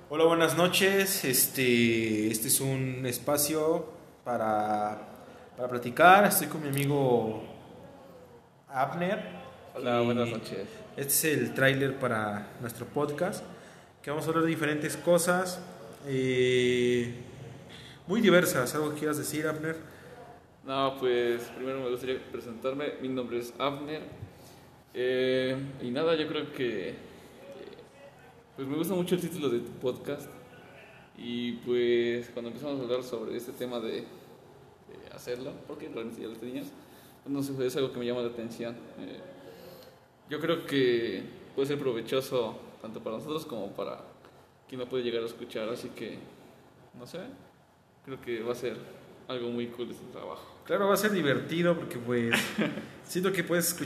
Hola, buenas noches. Este es un espacio para platicar. Estoy con mi amigo Abner. Hola, buenas noches. Este es el tráiler para nuestro podcast, que vamos a hablar de diferentes cosas muy diversas. ¿Algo que quieras decir, Abner? No, pues primero me gustaría presentarme. Mi nombre es Abner. Y nada, yo creo que pues me gusta mucho el título de tu podcast. Y pues cuando empezamos a hablar sobre este tema de hacerlo, porque realmente ya lo tenías, pues no sé, es algo que me llama la atención. Yo creo que puede ser provechoso tanto para nosotros como para quien no puede llegar a escuchar. Así que, no sé, creo que va a ser algo muy cool este trabajo. Claro, va a ser divertido porque pues siento que puedes escuchar